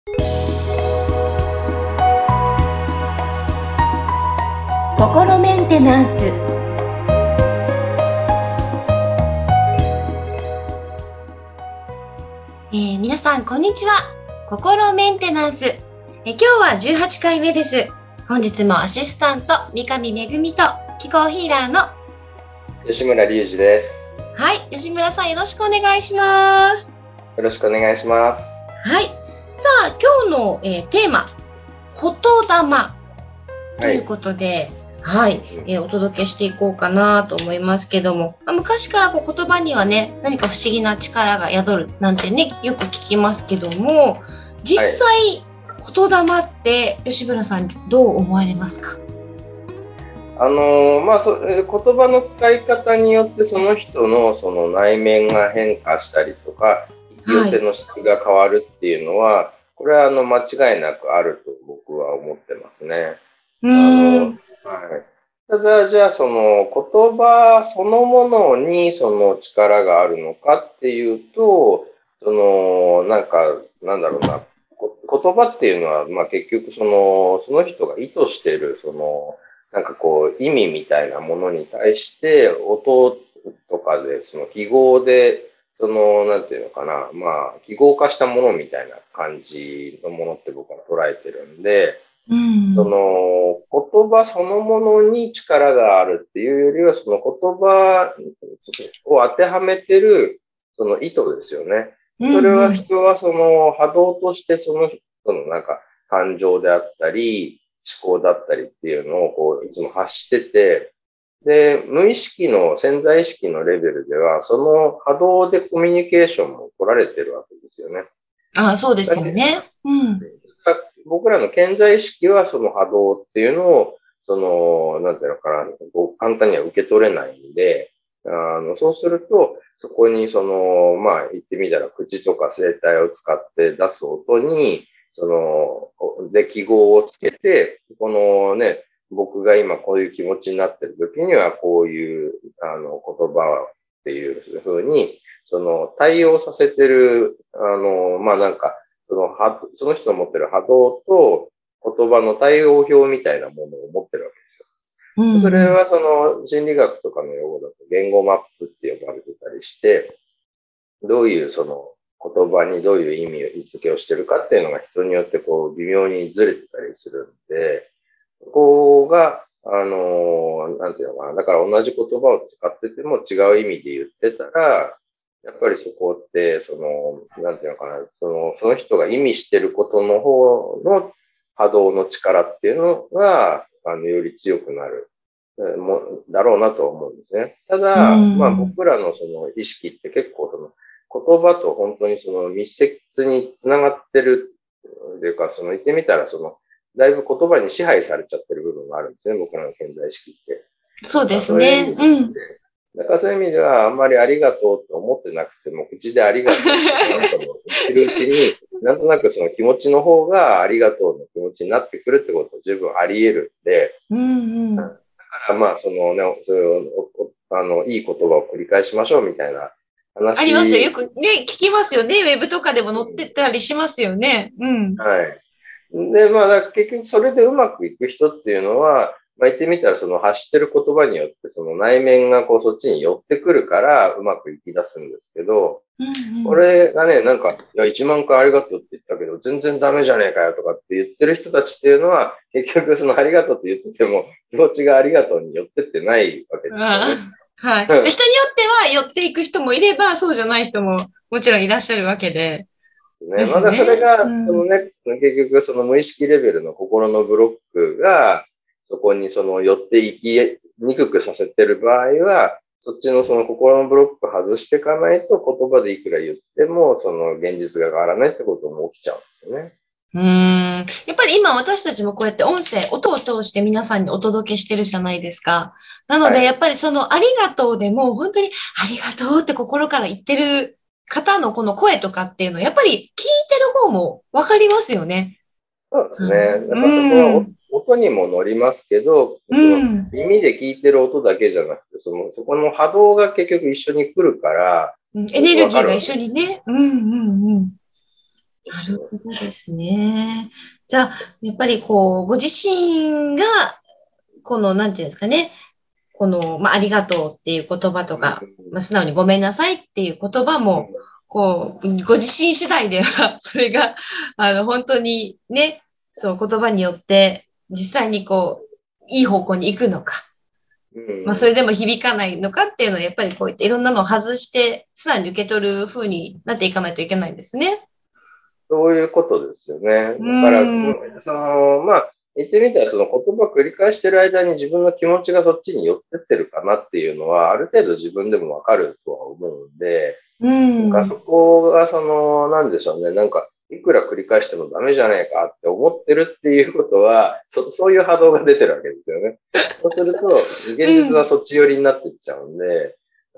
心メンテナンス。皆さんこんにちは。心メンテナンス。今日は18回目です。本日もアシスタント三上めぐみと気候ヒーラーの吉村隆二です。 はい、吉村さんよろしくお願いします。 よろしくお願いします。 はい。さあ今日の、テーマ、言霊ということで、はい、お届けしていこうかなと思いますけども、昔から言葉にはね、何か不思議な力が宿るなんてね、よく聞きますけども、実際、言霊って吉村さんどう思われますか？ 言葉の使い方によってその人のその内面が変化したりとか、引き寄せの質が変わるっていうのは、これは間違いなくあると僕は思ってますね。ただ、じゃあその言葉そのものにその力があるのかっていうと、なんだろうな、言葉っていうのは、結局その人が意図している、意味みたいなものに対して、音とかで、その記号で、なんていうのかな、記号化したものみたいな感じのものって僕は捉えてるんで、言葉そのものに力があるっていうよりは、その言葉を当てはめてる、その意図ですよね。それは人はその波動としてその人の感情であったり、思考だったりっていうのをいつも発してて、で、無意識の潜在意識のレベルでは、その波動でコミュニケーションも取られてるわけですよね。 そうですよね。 僕らの潜在意識はその波動っていうのを、なんていうのかな、簡単には受け取れないんで、そうすると、そこに言ってみたら口とか声帯を使って出す音に、記号をつけて、僕が今こういう気持ちになってる時にはこういう言葉っていうふうに対応させてるその人の持ってる波動と言葉の対応表みたいなものを持ってるわけですよ。それは心理学とかの用語だと言語マップって呼ばれてたりして、どういう言葉にどういう意味を位置付けをしてるかっていうのが人によって微妙にずれてたりするんで、ここが、なんていうのかな。だから同じ言葉を使ってても違う意味で言ってたら、やっぱりそこって、なんていうのかな。その人が意味してることの方の波動の力っていうのが、より強くなる。だろうなと思うんですね。ただ、僕らのその意識って結構言葉と本当に密接につながってるというか、言ってみたらだいぶ言葉に支配されちゃってる部分があるんですね、僕らの潜在意識って。 そうですね。 だからそういう意味では、あんまりありがとうと思ってなくても、口でありがとうって言ってるうちに、なんとなくその気持ちの方がありがとうの気持ちになってくるってことは十分あり得るんで、だからいい言葉を繰り返しましょうみたいな話。 ありますよ。よくね、聞きますよね。ウェブとかでも載ってたりしますよね。 はい。で、結局それでうまくいく人っていうのは、言ってみたら発してる言葉によって内面がそっちに寄ってくるからうまくいき出すんですけど、これがね、いや、1万回ありがとうって言ったけど、全然ダメじゃねえかよとかって言ってる人たちっていうのは、結局ありがとうって言ってても、気持ちがありがとうに寄ってってないわけですよね。 はい。人によっては寄っていく人もいれば、そうじゃない人ももちろんいらっしゃるわけで。 ね。まだそれが、結局無意識レベルの心のブロックが、そこに寄っていきにくくさせてる場合は、そっちの心のブロック外していかないと言葉でいくら言っても、現実が変わらないってことも起きちゃうんですよね。 やっぱり今私たちもこうやって音を通して皆さんにお届けしてるじゃないですか。なので、やっぱりありがとうでも本当にありがとうって心から言ってる方のこの声とかっていうのは、やっぱり聞いてる方もわかりますよね。 そうですね。やっぱそこは音にも乗りますけど、耳で聞いてる音だけじゃなくて、そこの波動が結局一緒に来るから、 エネルギーが一緒にね。 なるほどですね。じゃあ、やっぱりこう、ご自身が、この、なんていうんですかね、この、ありがとうっていう言葉とか、素直にごめんなさいっていう言葉も、こう、ご自身次第では、それが、本当にね、そう、言葉によって、実際にこう、いい方向に行くのか、それでも響かないのかっていうのは、やっぱりこういったいろんなのを外して、素直に受け取る風になっていかないといけないんですね。 そういうことですよね。 うだから、 ーん。 言ってみたら、その言葉を繰り返してる間に自分の気持ちがそっちに寄ってってるかなっていうのは、ある程度自分でもわかるとは思うんで、 うなんかそん。 こが、なんでしょうね。なんか、いくら繰り返してもダメじゃねえかって思ってるっていうことは、そういう波動が出てるわけですよね。そうすると、現実はうん。 そっち寄りになっていっちゃうんで、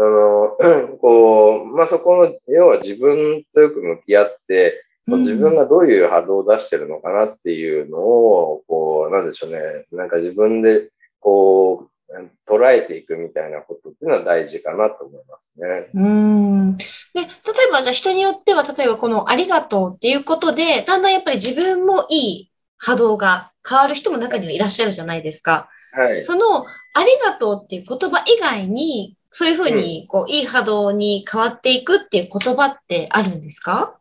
そこの、要は自分とよく向き合って、自分うん。 がどういう波動を出してるのかなっていうのを、なんでしょうね。なんか自分で、捉えていくみたいなことっていうのは大事かなと思いますね。 うん。で、例えばじゃあ人によっては、例えばこのありがとうっていうことで、だんだんやっぱり自分もいい波動が変わる人も中にはいらっしゃるじゃないですか。 はい。 その、ありがとうっていう言葉以外に、そういうふううん。 に、こう、いい波動に変わっていくっていう言葉ってあるんですか？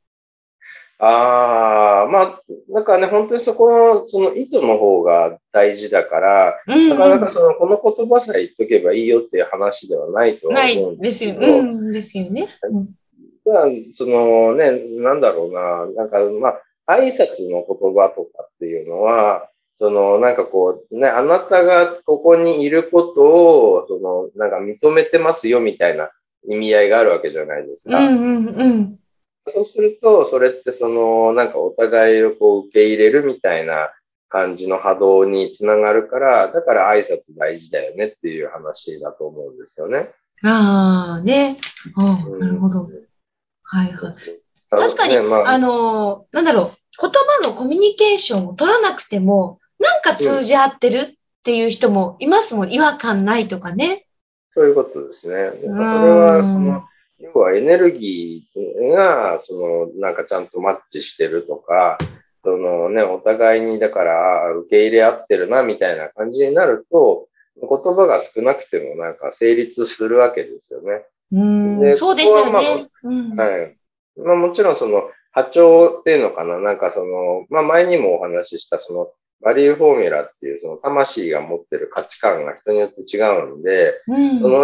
ああ、だからね、本当にそこの、その意図の方が大事だから、 うんなかなうん。 かこの言葉さえ言っとけばいいよっていう話ではないとはない思うんですですよ。うけど、 んですよね。うん。 ただ、なんだろうな、挨拶の言葉とかっていうのは、あなたがここにいることを、認めてますよみたいな意味合いがあるわけじゃないですか。 うんうんうん。 そうすると、それってお互いを受け入れるみたいな感じの波動につながるから、だから挨拶大事だよねっていう話だと思うんですよね。 ああ、ね。ああ、なるうん。 ほど。はいはい。 そうそう。 確かに、 ね、 なんだろう、言葉のコミュニケーションを取らなくても、なんかうん。 通じ合ってるっていう人もいますもん。違和感ないとかね。 そういうことですね。 うそれは、 ーん。 要はエネルギーが、ちゃんとマッチしてるとか、お互いに、だから、受け入れ合ってるな、みたいな感じになると、言葉が少なくても成立するわけですよね。 うーん、 で、 そうでここはすよね。うん。 はい。もちろん波長っていうのかな、前にもお話ししたバリューフォーミュラっていう魂が持ってる価値観が人によって違うんで、 うん。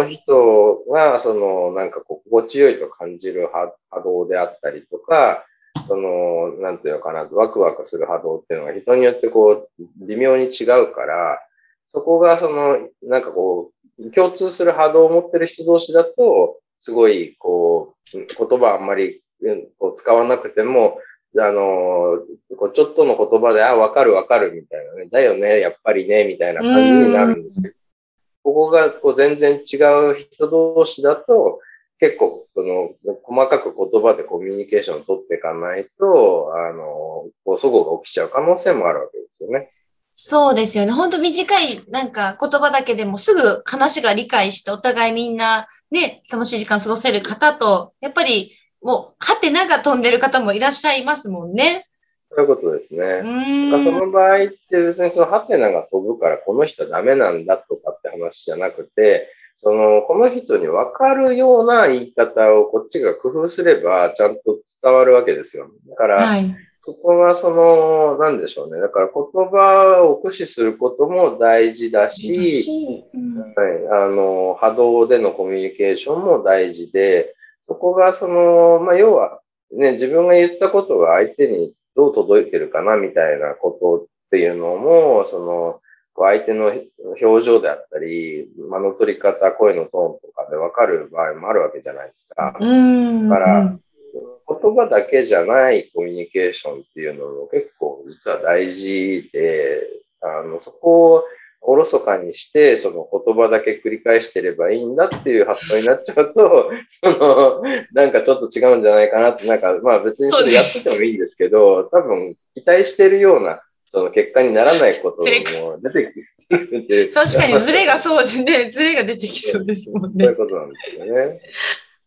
その人が心地よいと感じる波動であったりとか、なんていうのかな、ワクワクする波動っていうのが人によって微妙に違うから、そこが共通する波動を持ってる人同士だと、すごい、言葉あんまり使わなくても、ちょっとの言葉で、あ、わかるわかるみたいなね、だよね、やっぱりね、みたいなう感じになーん。 るんですけど、ここが全然違う人同士だと、結構、細かく言葉でコミュニケーションを取っていかないと、齟齬が起きちゃう可能性もあるわけですよね。 そうですよね。本当短いなんか言葉だけでもすぐ話が理解してお互いみんなね、楽しい時間過ごせる方と、やっぱりもう、はてなが飛んでる方もいらっしゃいますもんね。 そういうことですうね。そーん。 の場合って別にハテナが飛ぶからこの人ダメなんだとかって話じゃなくて、この人に分かるような言い方をこっちが工夫すればちゃんと伝わるわけですよ。だから、 はい。 そこがなんでしょうね。だから言葉を駆使することも大事だだし、 し、うん。 はい、波動でのコミュニケーションも大事で、そこが要は、ね、自分が言ったことが相手にどう届いてるかなみたいなことっていうのも、相手の表情であったり、間の取り方、声のトーンとかで分かる場合もあるわけじゃないですか。 うーん。 だから、 うん。 言葉だけじゃないコミュニケーションっていうのも結構実は大事で、そこをおろそかにして、その言葉だけ繰り返してればいいんだっていう発想になっちゃうと、ちょっと違うんじゃないかなって、別にそれやってそうです。 てもいいんですけど、多分期待してるような、その結果にならないこと正解。 も出てくるって確かにズレがますよね。 そうですね。ズレが出てきそうですもんね。 そういうことなんですよね。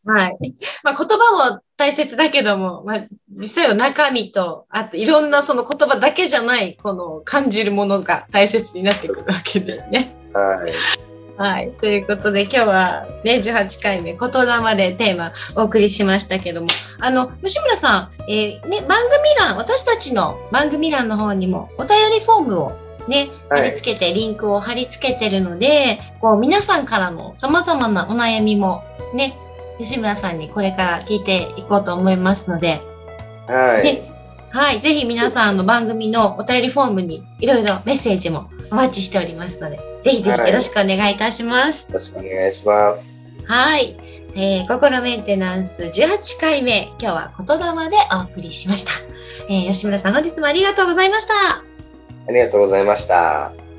はい。まあ、言葉も大切だけども、まあ、実際は中身と、あといろんなその言葉だけじゃない、この感じるものが大切になってくるわけですね。 はい。 はい。ということで、今日はね、18回目、言霊でテーマお送りしましたけども、吉村さん、ね、番組欄、私たちの番組欄の方にもお便りフォームをね、貼り付けて、リンクを貼り付けてるので、こう、皆さんからの様々なお悩みもね、吉村さんにこれから聞いていこうと思いますので、 はい。 ね、はい。ぜひ皆さんの番組のお便りフォームにいろいろメッセージもお待ちしておりますので、ぜひぜひよろしくお願いいたします。 よろしくお願いします。 はい。心メンテナンス18回目、今日は言霊でお送りしました。吉村さん、本日もありがとうございました。 ありがとうございました。